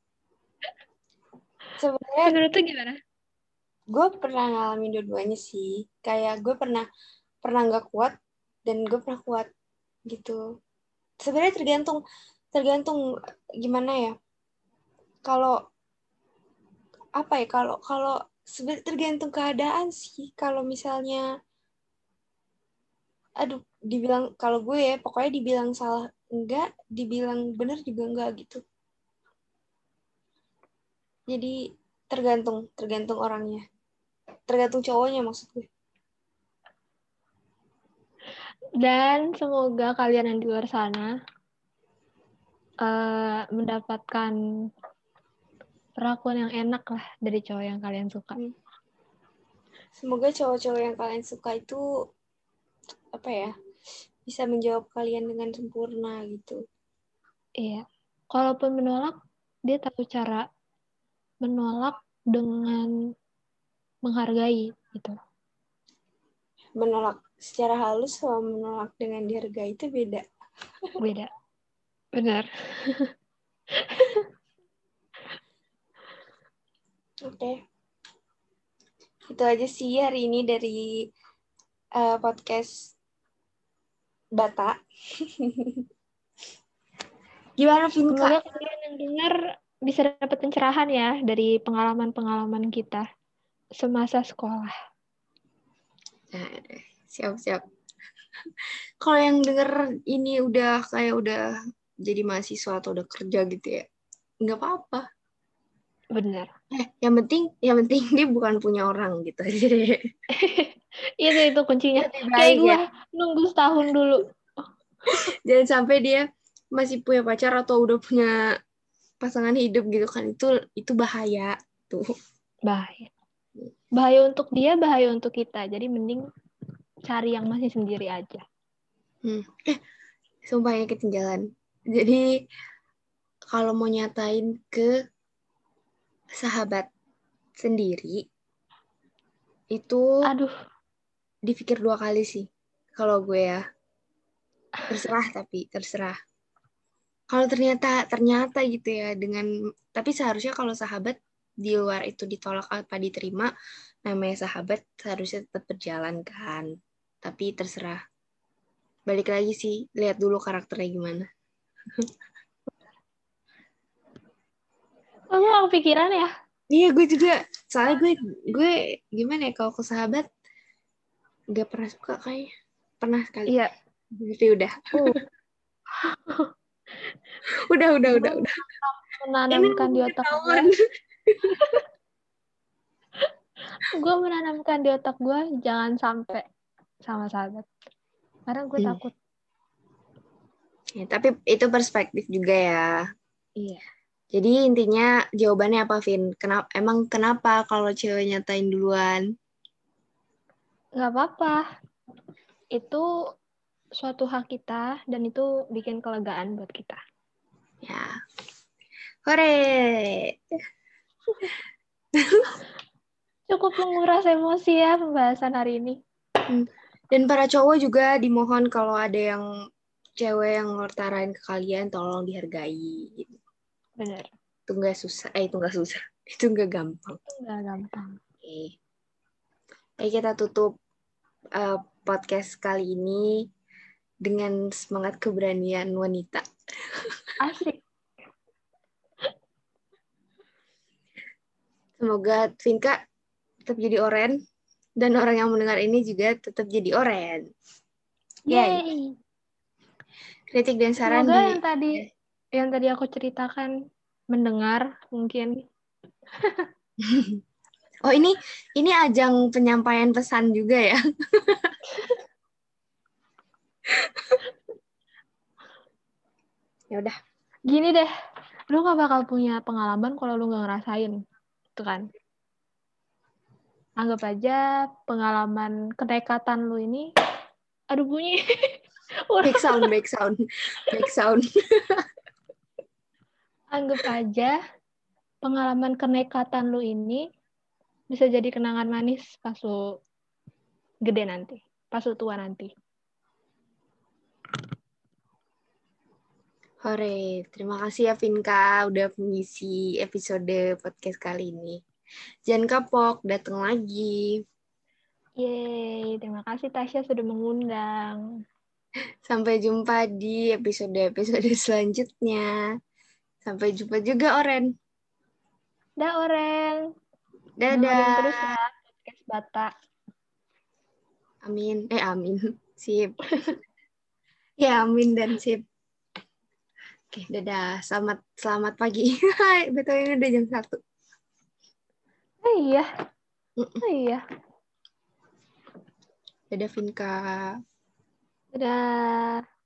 Sebenarnya Menurut tuh gimana? gue pernah ngalamin dua-duanya sih. Kayak gue pernah nggak kuat dan gue pernah kuat gitu. Sebenarnya tergantung tergantung gimana ya. Kalau apa ya, kalau kalau tergantung keadaan sih. Kalau misalnya aduh, dibilang kalau gue ya pokoknya dibilang salah enggak, dibilang benar juga enggak gitu. Jadi tergantung orangnya. Tergantung cowoknya maksud gue. Dan semoga kalian yang di luar sana mendapatkan perlakuan yang enak lah dari cowok yang kalian suka. Semoga cowok-cowok yang kalian suka itu apa ya, bisa menjawab kalian dengan sempurna gitu. Iya. Kalaupun menolak, dia tahu cara menolak dengan menghargai gitu. Menolak secara halus sama menolak dengan dihargai itu beda. Beda. Benar. Oke. Itu aja sih hari ini dari podcast Bata. Gimana Vinka? Semoga kalian yang dengar bisa dapat pencerahan ya dari pengalaman-pengalaman kita semasa sekolah. Nah, siap-siap. Kalau yang denger ini udah jadi mahasiswa atau udah kerja gitu ya, nggak apa-apa. Bener. Yang penting dia bukan punya orang gitu aja deh. Itu kuncinya. Lebih Kayak baik gue ya. nunggu setahun dulu. Jangan sampai dia masih punya pacar atau udah punya pasangan hidup gitu kan, itu bahaya tuh. Bahaya untuk dia, bahaya untuk kita. Jadi mending cari yang masih sendiri aja. Sumpah ya ketinggalan. Jadi kalau mau nyatain ke sahabat sendiri itu Aduh, dipikir 2 kali sih kalau gue ya. Terserah. Kalau ternyata gitu ya, tapi seharusnya kalau sahabat di luar itu ditolak apa diterima, namanya sahabat seharusnya tetap berjalan kan. Tapi terserah. Balik lagi sih, lihat dulu karakternya gimana. lu gak kepikiran ya? Iya, gue juga. Soalnya gue gimana ya, kalau ke sahabat gak pernah suka kayaknya. Pernah sekali. Iya. Tapi udah. Udah. Menanamkan Ini di otak gue. Gue menanamkan di otak gue jangan sampai sama sahabat. Karena gue takut. Ya, tapi itu perspektif juga ya. Iya. Jadi intinya jawabannya apa, Vin? Kenapa kalau cewek nyatain duluan? Gak apa-apa. Itu suatu hak kita dan itu bikin kelegaan buat kita. Ya. Hore! Cukup menguras emosi ya pembahasan hari ini. Dan para cowok juga dimohon kalau ada yang cewek yang ngutarain ke kalian, tolong dihargai. Bener. Itu nggak susah. Itu nggak gampang. Itu nggak gampang. Oke. Jadi kita tutup podcast kali ini dengan semangat keberanian wanita. Asik. Semoga Vinka tetap jadi oren, dan orang yang mendengar ini juga tetap jadi oren. Yeay. Kritik dan saran Semoga yang tadi aku ceritakan mendengar mungkin. Oh, ini ajang penyampaian pesan juga ya. Ya udah. Gini deh, lu gak bakal punya pengalaman kalau lu gak ngerasain. Itu kan. Anggap aja pengalaman kenekatan lu ini. Aduh bunyi. Back sound. Anggap aja pengalaman kenekatan lu ini bisa jadi kenangan manis pas lu gede nanti. Pas lu tua nanti. Hore, terima kasih ya Vinka udah mengisi episode podcast kali ini. Jangan kapok, datang lagi. Yeay, terima kasih Tasya sudah mengundang. Sampai jumpa di episode selanjutnya. Sampai jumpa juga, Oren. Dah, Oren. Dadah. Dengerin terus ya podcast Bata. Amin. Sip. Ya, amin dan sip. Oke, dadah. Selamat pagi. Hai, betul ini udah jam 1. Iya. Iya. Dadah, Vinka. Dadah.